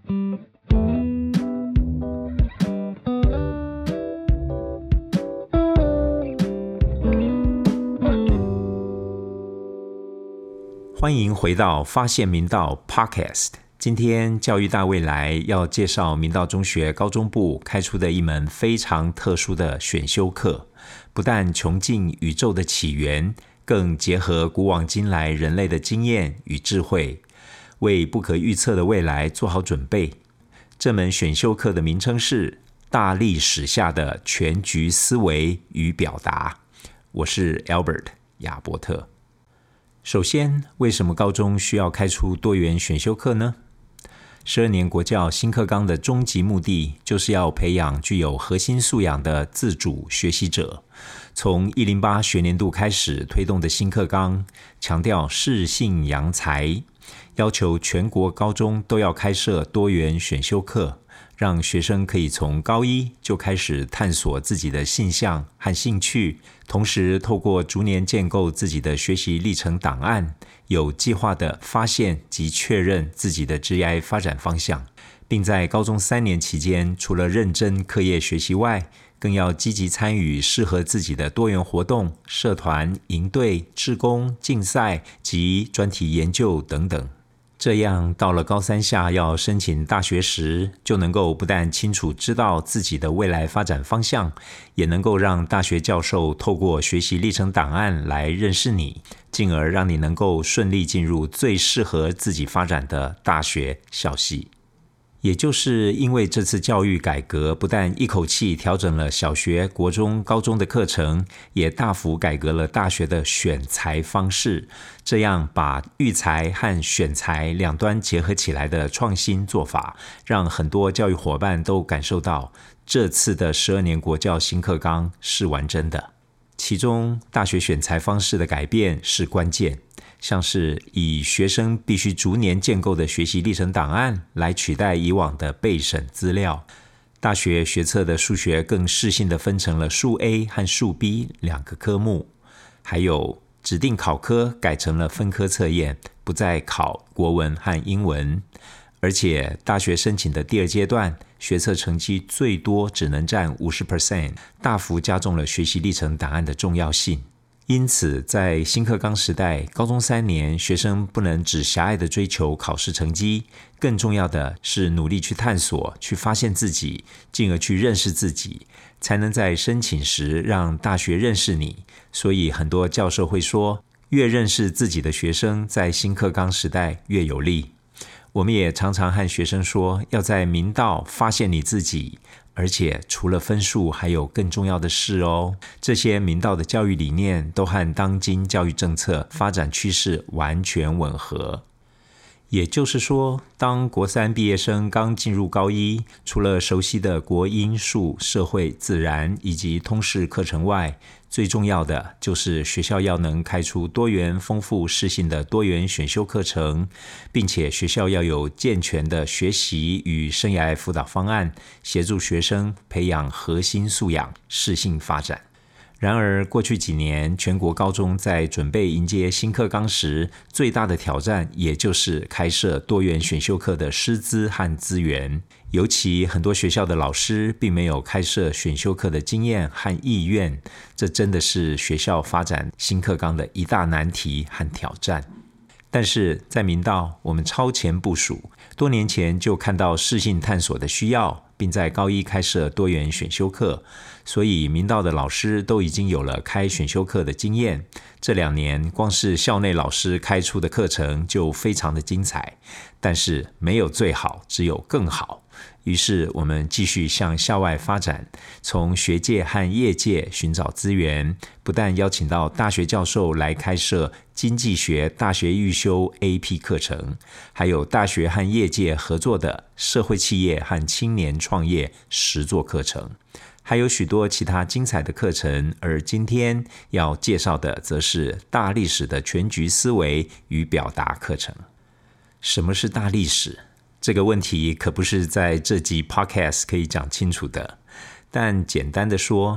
欢迎回到发现明道 Podcast。 今天教育大未来要介绍明道中学高中部开出的一门非常特殊的选修课，不但穷尽宇宙的起源，更结合古往今来人类的经验与智慧，为不可预测的未来做好准备。这门选修课的名称是大历史下的全局思维与表达。我是 Albert 亚伯特。首先，为什么高中需要开出多元选修课呢？12年国教新课纲的终极目的，就是要培养具有核心素养的自主学习者。从108学年度开始推动的新课纲，强调适性扬才，要求全国高中都要开设多元选修课，让学生可以从高一就开始探索自己的性向和兴趣，同时透过逐年建构自己的学习历程档案，有计划地发现及确认自己的职业发展方向，并在高中3年期间，除了认真课业学习外，更要积极参与适合自己的多元活动、社团、营队、志工、竞赛及专题研究等等。这样到了高3下要申请大学时，就能够不但清楚知道自己的未来发展方向，也能够让大学教授透过学习历程档案来认识你，进而让你能够顺利进入最适合自己发展的大学校系。也就是因为这次教育改革，不但一口气调整了小学、国中、高中的课程，也大幅改革了大学的选材方式，这样把育才和选材两端结合起来的创新做法，让很多教育伙伴都感受到这次的12年国教新课纲是完整的。其中大学选材方式的改变是关键，像是以学生必须逐年建构的学习历程档案来取代以往的备审资料。大学学测的数学更适性地分成了数 A 和数 B 两个科目，还有指定考科改成了分科测验，不再考国文和英文。而且大学申请的第2阶段，学测成绩最多只能占 50%， 大幅加重了学习历程档案的重要性。因此在新课纲时代，高中3年学生不能只狭隘的追求考试成绩，更重要的是努力去探索，去发现自己，进而去认识自己，才能在申请时让大学认识你。所以很多教授会说，越认识自己的学生，在新课纲时代越有利。我们也常常和学生说，要在明道发现你自己，而且除了分数还有更重要的事哦。这些明道的教育理念都和当今教育政策发展趋势完全吻合。也就是说，当国3毕业生刚进入高一，除了熟悉的国英数社会自然以及通识课程外，最重要的就是学校要能开出多元丰富适性的多元选修课程，并且学校要有健全的学习与生涯辅导方案，协助学生培养核心素养，适性发展。然而过去几年，全国高中在准备迎接新课纲时，最大的挑战也就是开设多元选修课的师资和资源。尤其很多学校的老师并没有开设选修课的经验和意愿，这真的是学校发展新课纲的一大难题和挑战。但是在明道，我们超前部署，多年前就看到适性探索的需要，并在高一开设多元选修课，所以明道的老师都已经有了开选修课的经验。这2年光是校内老师开出的课程就非常的精彩，但是没有最好，只有更好。于是我们继续向校外发展，从学界和业界寻找资源，不但邀请到大学教授来开设经济学大学预修 AP 课程，还有大学和业界合作的社会企业和青年创业实作课程，还有许多其他精彩的课程。而今天要介绍的则是大历史的全局思维与表达课程。什么是大历史？这个问题可不是在这集 podcast 可以讲清楚的，但简单的说，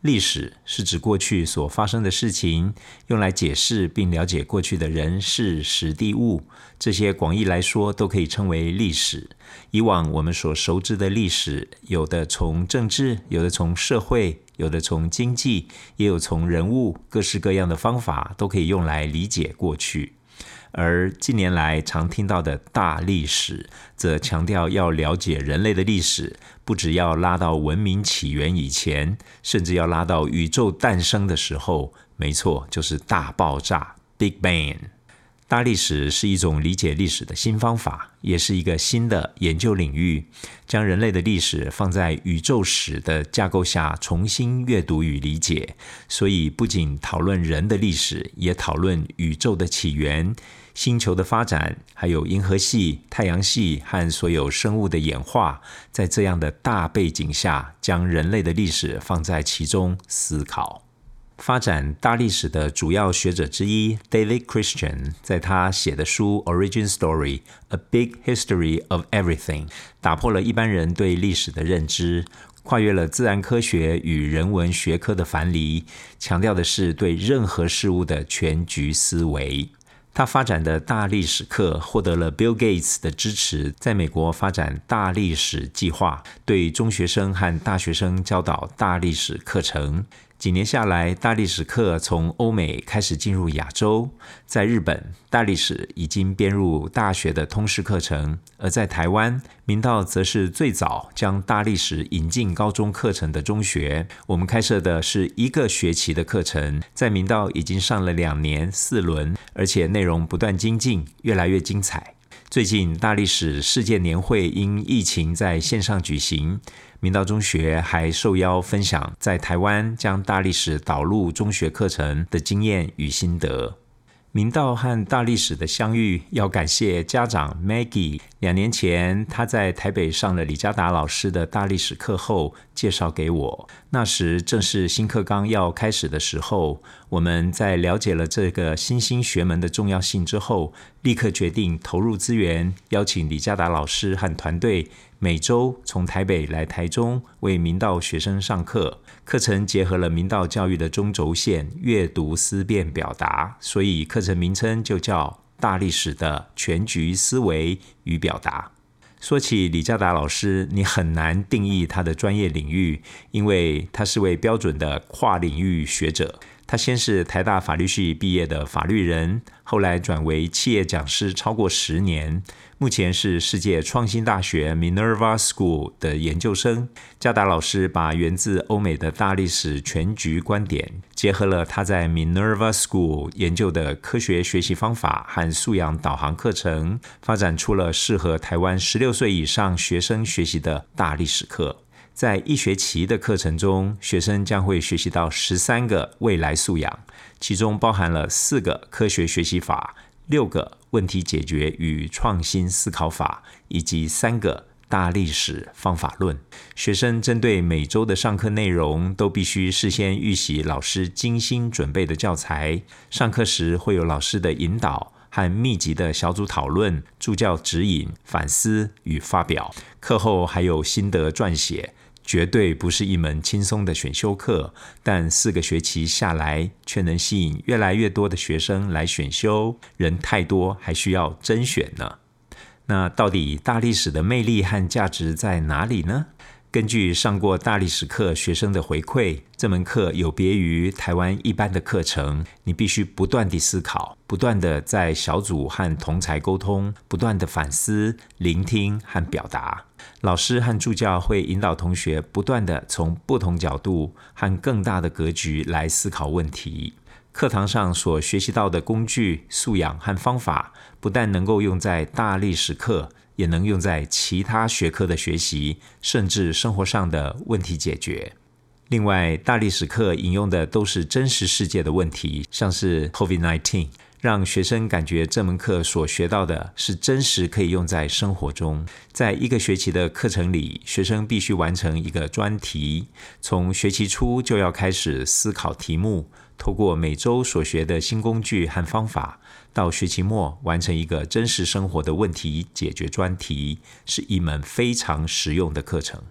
历史是指过去所发生的事情，用来解释并了解过去的人事时地物，这些广义来说都可以称为历史。以往我们所熟知的历史，有的从政治，有的从社会，有的从经济，也有从人物，各式各样的方法都可以用来理解过去。而近年来常听到的大历史，则强调要了解人类的历史，不只要拉到文明起源以前，甚至要拉到宇宙诞生的时候，没错，就是大爆炸 Big Bang。大历史是一种理解历史的新方法，也是一个新的研究领域，将人类的历史放在宇宙史的架构下重新阅读与理解。所以不仅讨论人的历史，也讨论宇宙的起源、星球的发展，还有银河系、太阳系和所有生物的演化。在这样的大背景下，将人类的历史放在其中思考。发展大历史的主要学者之一 David Christian 在他写的书 Origin Story: A Big History of Everything 打破了一般人对历史的认知，跨越了自然科学与人文学科的樊篱，强调的是对任何事物的全局思维。他发展的大历史课获得了 Bill Gates 的支持，在美国发展大历史计划，对中学生和大学生教导大历史课程。几年下来，大历史课从欧美开始进入亚洲，在日本，大历史已经编入大学的通识课程，而在台湾，明道则是最早将大历史引进高中课程的中学。我们开设的是1个学期的课程，在明道已经上了2年4轮，而且内容不断精进，越来越精彩。最近大历史世界年会因疫情在线上举行，明道中学还受邀分享在台湾将大历史导入中学课程的经验与心得。明道和大历史的相遇，要感谢家长 Maggie。2年前，她在台北上了李家达老师的大历史课后，介绍给我。那时正是新课纲要开始的时候，我们在了解了这个新兴学门的重要性之后，立刻决定投入资源，邀请李家达老师和团队每周从台北来台中为明道学生上课。课程结合了明道教育的中轴线，阅读、思辨、表达，所以课程名称就叫大历史的全局思维与表达。说起李家达老师，你很难定义他的专业领域，因为他是位标准的跨领域学者。他先是台大法律系毕业的法律人，后来转为企业讲师超过10年，目前是世界创新大学 Minerva School 的研究生。家达老师把源自欧美的大历史全局观点，结合了他在 Minerva School 研究的科学学习方法和素养导航课程，发展出了适合台湾16岁以上学生学习的大历史课。在1学期的课程中，学生将会学习到13个未来素养，其中包含了4个科学学习法、6个问题解决与创新思考法，以及3个大历史方法论。学生针对每周的上课内容，都必须事先预习老师精心准备的教材。上课时会有老师的引导和密集的小组讨论、助教指引、反思与发表。课后还有心得撰写。绝对不是一门轻松的选修课，但4个学期下来，却能吸引越来越多的学生来选修。人太多，还需要甄选呢。那到底大历史的魅力和价值在哪里呢？根据上过大历史课学生的回馈，这门课有别于台湾一般的课程，你必须不断地思考，不断地在小组和同儕沟通，不断地反思、聆听和表达。老师和助教会引导同学不断地从不同角度和更大的格局来思考问题。课堂上所学习到的工具、素养和方法，不但能够用在大历史课，也能用在其他学科的学习，甚至生活上的问题解决。另外，大历史课引用的都是真实世界的问题，像是 COVID-19， 让学生感觉这门课所学到的是真实可以用在生活中。在1个学期的课程里，学生必须完成1个专题，从学期初就要开始思考题目，透过每周所学的新工具和方法，到学期末完成1个真实生活的问题解决专题，是一门非常实用的课程。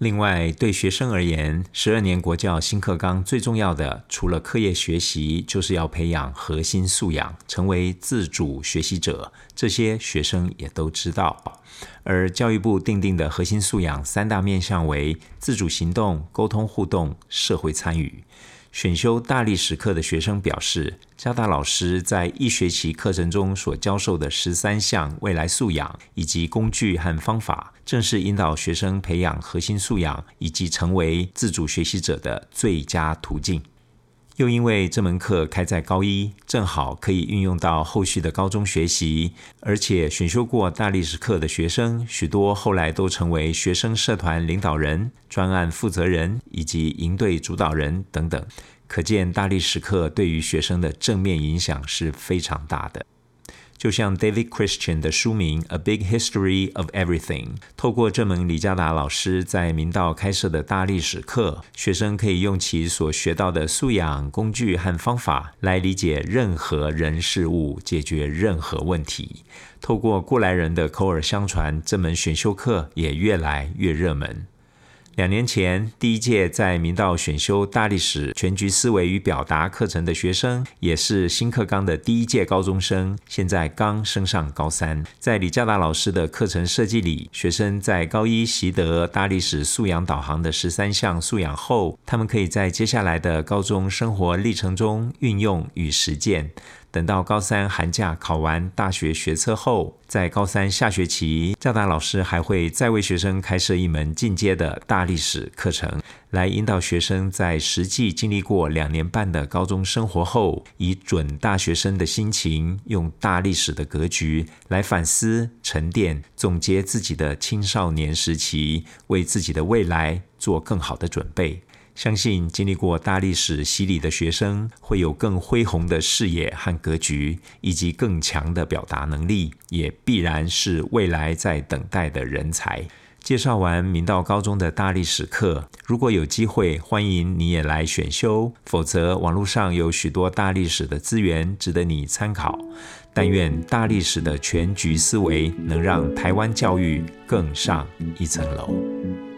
另外，对学生而言，12年国教新课纲最重要的，除了课业学习，就是要培养核心素养，成为自主学习者。这些学生也都知道。而教育部订定的核心素养3大面向为自主行动、沟通互动、社会参与。选修大历史课的学生表示，嘉达老师在1学期课程中所教授的13项未来素养以及工具和方法，正是引导学生培养核心素养以及成为自主学习者的最佳途径。又因为这门课开在高一，正好可以运用到后续的高中学习，而且选修过大历史课的学生，许多后来都成为学生社团领导人、专案负责人以及营队主导人等等，可见大历史课对于学生的正面影响是非常大的。就像 David Christian 的书名 A Big History of Everything， 透过这门李嘉达老师在明道开设的大历史课，学生可以用其所学到的素养、工具和方法来理解任何人事物，解决任何问题。透过过来人的口耳相传，这门选修课也越来越热门。2年前，第一届在明道选修大历史全局思维与表达课程的学生，也是新课纲的第一届高中生，现在刚升上高3。在李嘉达老师的课程设计里，学生在高一习得大历史素养导航的13项素养后，他们可以在接下来的高中生活历程中运用与实践。等到高3寒假考完大学学测后，在高3下学期，嘉达老师还会再为学生开设一门进阶的大历史课程，来引导学生在实际经历过2年半的高中生活后，以准大学生的心情，用大历史的格局来反思、沉淀、总结自己的青少年时期，为自己的未来做更好的准备。相信经历过大历史洗礼的学生会有更恢宏的视野和格局，以及更强的表达能力，也必然是未来在等待的人才。介绍完明道高中的大历史课，如果有机会，欢迎你也来选修，否则网络上有许多大历史的资源值得你参考。但愿大历史的全局思维能让台湾教育更上一层楼。